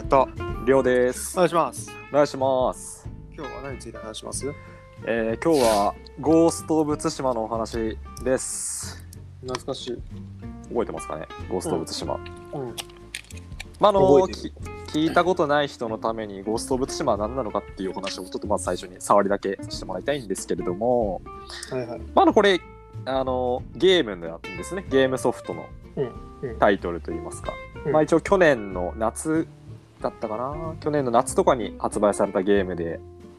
とりょうです。 お願いします。 お願いします。 今日は何について話します？ 今日はゴースト・オブ・ツシマのお話です。 懐かしい。 覚えてますかね、ゴースト・オブ・ツシマ。 覚えてる。 聞いたことない人のためにゴースト・オブ・ツシマは何なのかっていうお話をちょっとまず最初に触りだけしてもらいたいんですけれども、 はいはい。 これゲームなんですね。ゲームソフトのタイトルといいますか、一応去年の夏だったかな、去年の夏とかに発売されたゲームで、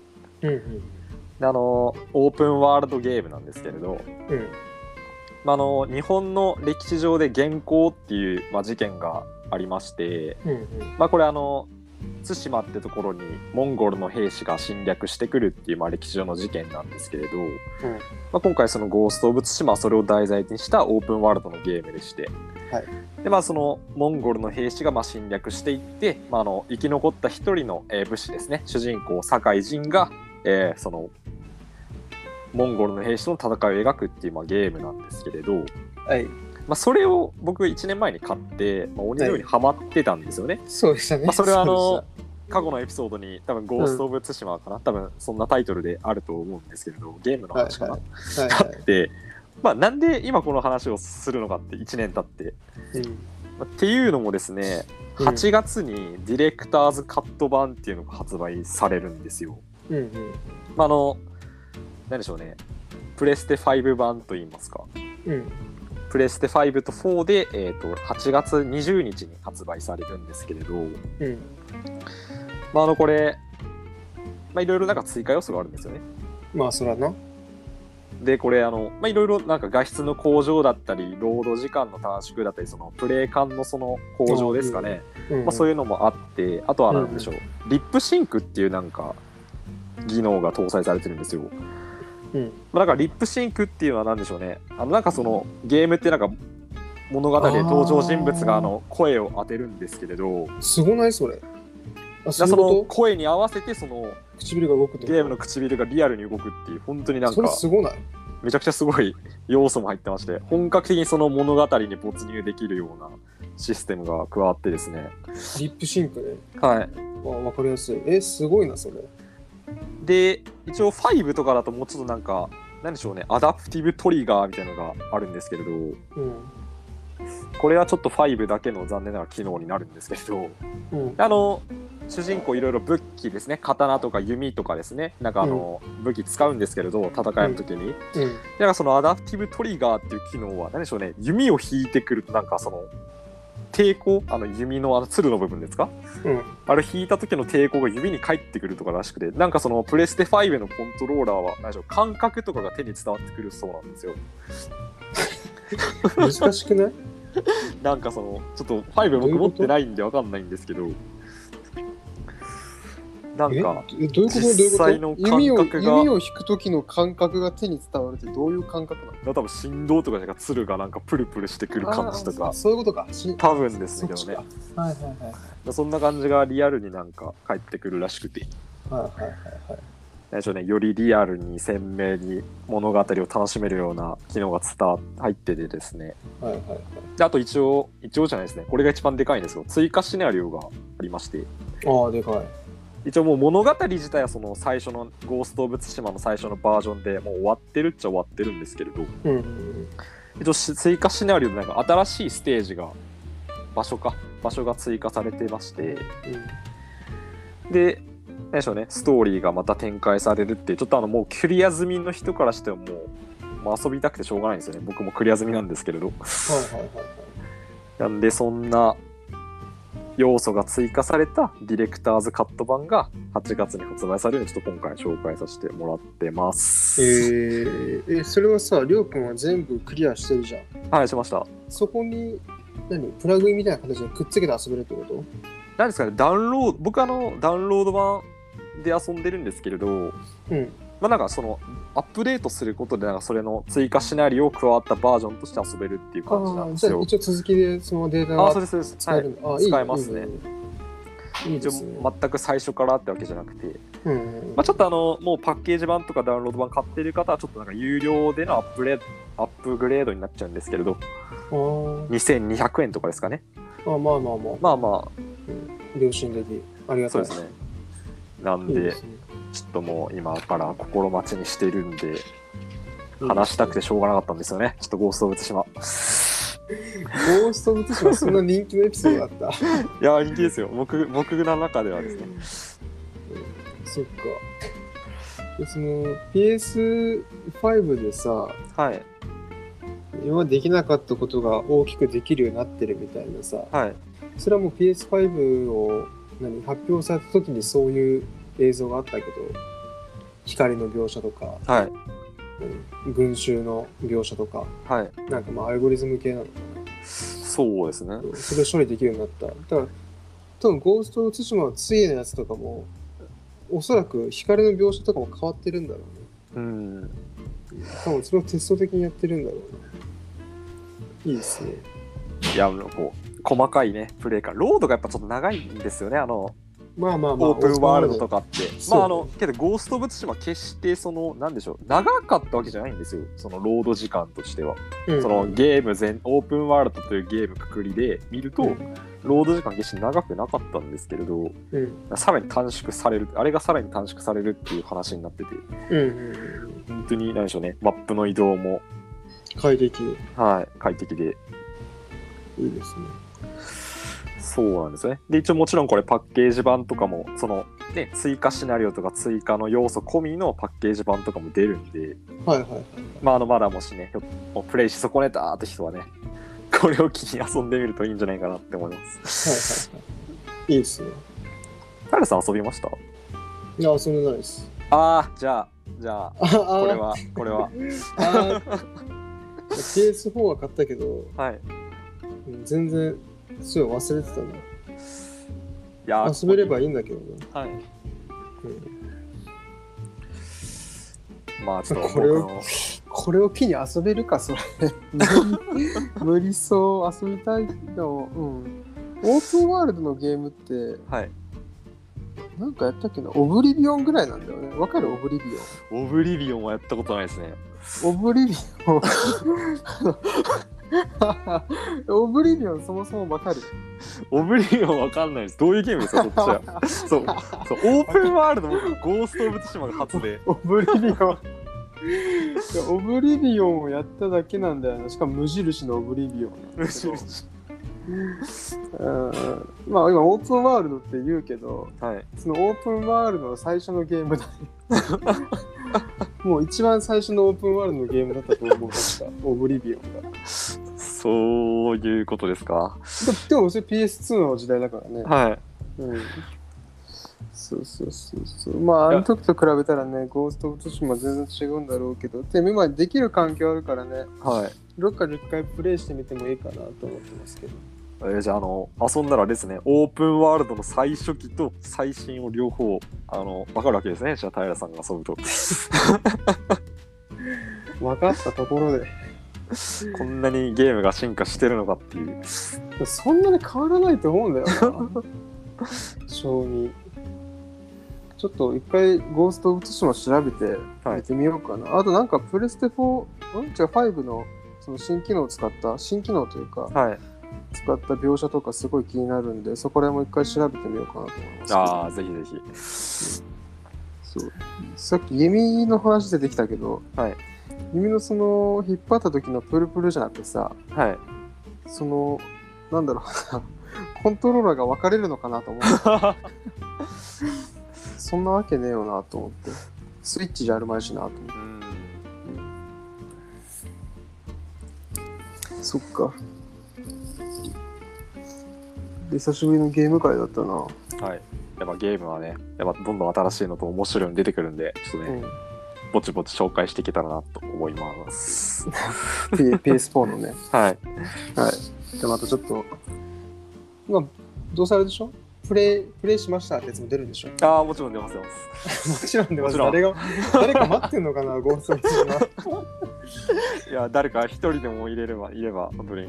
オープンワールドゲームなんですけれど、日本の歴史上で元寇っていう、事件がありまして、これ対馬ってところにモンゴルの兵士が侵略してくるっていう、歴史上の事件なんですけれど、今回そのゴースト・オブ・対馬はそれを題材にしたオープンワールドのゲームでして、でそのモンゴルの兵士が侵略していって、生き残った一人の、武士ですね、主人公酒井仁が、そのモンゴルの兵士との戦いを描くっていう、ゲームなんですけれど、それを僕1年前に買って、鬼のようにハマってたんですよね。 そうでしたね。 それは過去のエピソードに多分ゴースト・オブ・ツシマかな、多分そんなタイトルであると思うんですけれど、ゲームの話かな、あって、なんで今この話をするのかって1年経って、っていうのもですね、8月にディレクターズカット版っていうのが発売されるんですよ。何でしょうね、プレステ5版といいますか、プレステ5と4で、8月20日に発売されるんですけれど、これ、いろいろなんか追加要素があるんですよね。 そらな。でこれいろいろなんか画質の向上だったり労働時間の短縮だったり、そのプレイ感のその向上ですかね、そういうのもあって、あとは何でしょう、リップシンクっていうなんか技能が搭載されてるんですよ。だからリップシンクっていうのは何でしょうね、なんかそのゲームってなんか物語で登場人物が声を当てるんですけれど、 すごないそれ。 その声に合わせてその唇が動く、 ゲームの唇がリアルに動くっていう、本当になんかそれすごない？ めちゃくちゃすごい要素も入ってまして、本格的にその物語に没入できるようなシステムが加わってですね。 リップシンクね。わかりやすい。すごいなそれ。 で一応5とかだともうちょっとなんか何でしょうね、アダプティブトリガーみたいなのがあるんですけれど、これはちょっと5だけの残念ながら機能になるんですけれど、主人公いろいろ武器ですね、刀とか弓とかですね、なんか武器使うんですけれど、戦いの時に、なんかそのアダプティブトリガーっていう機能は何でしょうね、弓を引いてくるとなんかその抵抗、弓のつるの部分ですか、あれ引いた時の抵抗が指に返ってくるとからしくて、なんかそのプレステ5のコントローラーは何でしょう、感覚とかが手に伝わってくるそうなんですよ。 難しくない？ なんかそのちょっと5僕持ってないんで分かんないんですけど、なんか実際の感覚が、 弓を引く時の感覚が手に伝わるってどういう感覚なの？ 多分振動とかじゃなくて、つるがなんかプルプルしてくる感じとか、 そういうことか。 多分ですけどね。そんな感じがリアルになんか返ってくるらしくて、よりリアルに鮮明に物語を楽しめるような機能が入っててですね。であと一応じゃないですね、これが一番でかいんですけど、追加シナリオがありまして。 でかい。 一応もう物語自体はその最初のゴースト・オブ・ツシマの最初のバージョンでもう終わってるっちゃ終わってるんですけれど、一応追加シナリオでなんか新しいステージが場所が追加されてまして、で何でしょうね、ストーリーがまた展開されるっていう、ちょっともうクリア済みの人からしてももう遊びたくてしょうがないんですよね。僕もクリア済みなんですけれど、なんでそんな要素が追加されたディレクターズカット版が8月に発売されるので、ちょっと今回紹介させてもらってます。 それはさ、りょうくんは全部クリアしてるじゃん。 はい、しました。 そこにプラグインみたいな形でくっつけて遊べるってこと？ なんですかね、僕ダウンロード版で遊んでるんですけれど、なんかそのアップデートすることでなんかそれの追加シナリオを加わったバージョンとして遊べるっていう感じなんですよ。 じゃあ一応続きでそのデータが使えるの？使えますね。一応全く最初からってわけじゃなくて、ちょっともうパッケージ版とかダウンロード版買ってる方はちょっとなんか有料でのアップグレードになっちゃうんですけれど、2200円とかですかね。 良心的。ありがたい。 そうですね。なんで、ちょっともう今から心待ちにしているんで、話したくてしょうがなかったんですよね。ちょっとゴースト・オブ・ツシマ。 ゴースト・オブ・ツシマそんな人気のエピソードだった？ いや、人気ですよ。僕の中ではですね。 そっか。でその PS5 でさ、 はい。 今までできなかったことが大きくできるようになってるみたいなさ、 はい。 それはもう PS5 を発表された時にそういう映像があったけど、光の描写とか、 はい。 群衆の描写とか、 はい。 なんかまあアルゴリズム系なのかな。 そうですね。 それを処理できるようになった。だから多分ゴースト・オブ・ツシマの次のやつとかもおそらく光の描写とかも変わってるんだろうね。多分それをテスト的にやってるんだろうな。いいですね。 いや、こう細かいねプレイ感、ロードがやっぱちょっと長いんですよね。 まあまあまあ、 オープンワールドとかって、まあけどゴースト・オブ・ツシマ決してそのなんでしょう、長かったわけじゃないんですよ。そのロード時間としては、そのゲームオープンワールドというゲームくくりで見ると、ロード時間決して長くなかったんですけれど、さらに短縮される、あれがさらに短縮されるっていう話になってて、本当に何でしょうね、マップの移動も快適。 はい、快適でいいですね。 そうなんですね。で、一応もちろんこれパッケージ版とかも、そのね、追加シナリオとか追加の要素込みのパッケージ版とかも出るんで、まだもしね、プレイし損ねたって人はね、これを機に遊んでみるといいんじゃないかなって思います。 いいですね。 タルさん遊びました？ いや、遊んでないです。 じゃあ、これは。 PS4 は買ったけど、 はい。 全然、すごい忘れてたな。 いや、 遊べればいいんだけどね。 はい。まあちょっとこれを機に遊べるか、それ。無理そう、遊びたいの。オープンワールドのゲームって、 はい。 なんかやったっけな、オブリビオンぐらいなんだよね。わかる？オブリビオン。オブリビオンはやったことないですね。 オブリビオン。オブリビオンそもそもわかる？ オブリビオンわかんないです。どういうゲームですか、そっちは。そう、オープンワールドもゴースト・オブ・ツシマが初で。 オブリビオン。オブリビオンをやっただけなんだよな。しかも無印のオブリビオン。 無印。 まあ今オープンワールドって言うけど、 はい、 そのオープンワールドの最初のゲームだ。もう一番最初のオープンワールドのゲームだったと思う。確かオブリビオンが。 そういうことですか。 でもそれ PS2 の時代だからね。 はい。 そう。まああの時と比べたらね、ゴースト・オブ・ツシマ全然違うんだろうけど、でも今できる環境あるからね。 はい。 どっかで一回プレイしてみてもいいかなと思ってますけど。 じゃあ遊んだらですね、オープンワールドの最初期と最新を両方分かるわけですね。じゃあ平さんが遊ぶと。 分かったところで。 こんなにゲームが進化してるのかっていう。 そんなに変わらないと思うんだよな。正味。ちょっと一回ゴースト・オブ・ツシマ調べて見てみようかな。あとなんかプレステ4、5のその新機能を使った新機能というか、使った描写とかすごい気になるんで、そこら辺も一回調べてみようかなと思います。 ぜひぜひ。 そう。さっき弓の話出てきたけど、弓のその引っ張った時のプルプルじゃなくてさ、そのなんだろうな、コントローラーが分かれるのかなと思って。そんなわけねえよなと思って、スイッチじゃあるまいしなと思って。そっか。で久しぶりのゲーム会だったな。 はい。やっぱゲームはね、やっぱどんどん新しいのと面白いの出てくるんで、ちょっとね、ぼちぼち紹介していけたらなと思います。 PS4 のね。 はい。 じゃあまたちょっと、まあどうせあれでしょ？プレイしましたってやつも出るんでしょ？ もちろん出ます。 もちろん出ます。誰か待ってんのかな、ゴーストツシマ。 いや、誰か一人でもいれば本当に。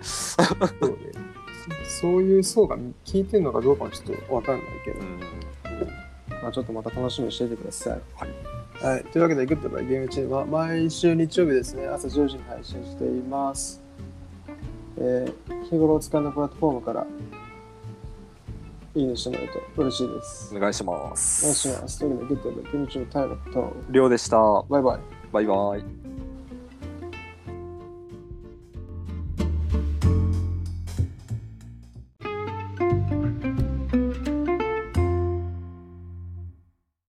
そういう層が聞いてるのかどうかはちょっと分かんないけど、まあ、ちょっとまた楽しみにしていてください。はい。というわけで、グッドバイゲームチームは毎週日曜日ですね、朝10時に配信しています。日頃お使いのプラットフォームからいいねしてもらえると嬉しいです。 お願いします。 お願いします。というわけで、ゲットで、天日のタイラと、 りょうでした。 バイバイ。 バイバイ。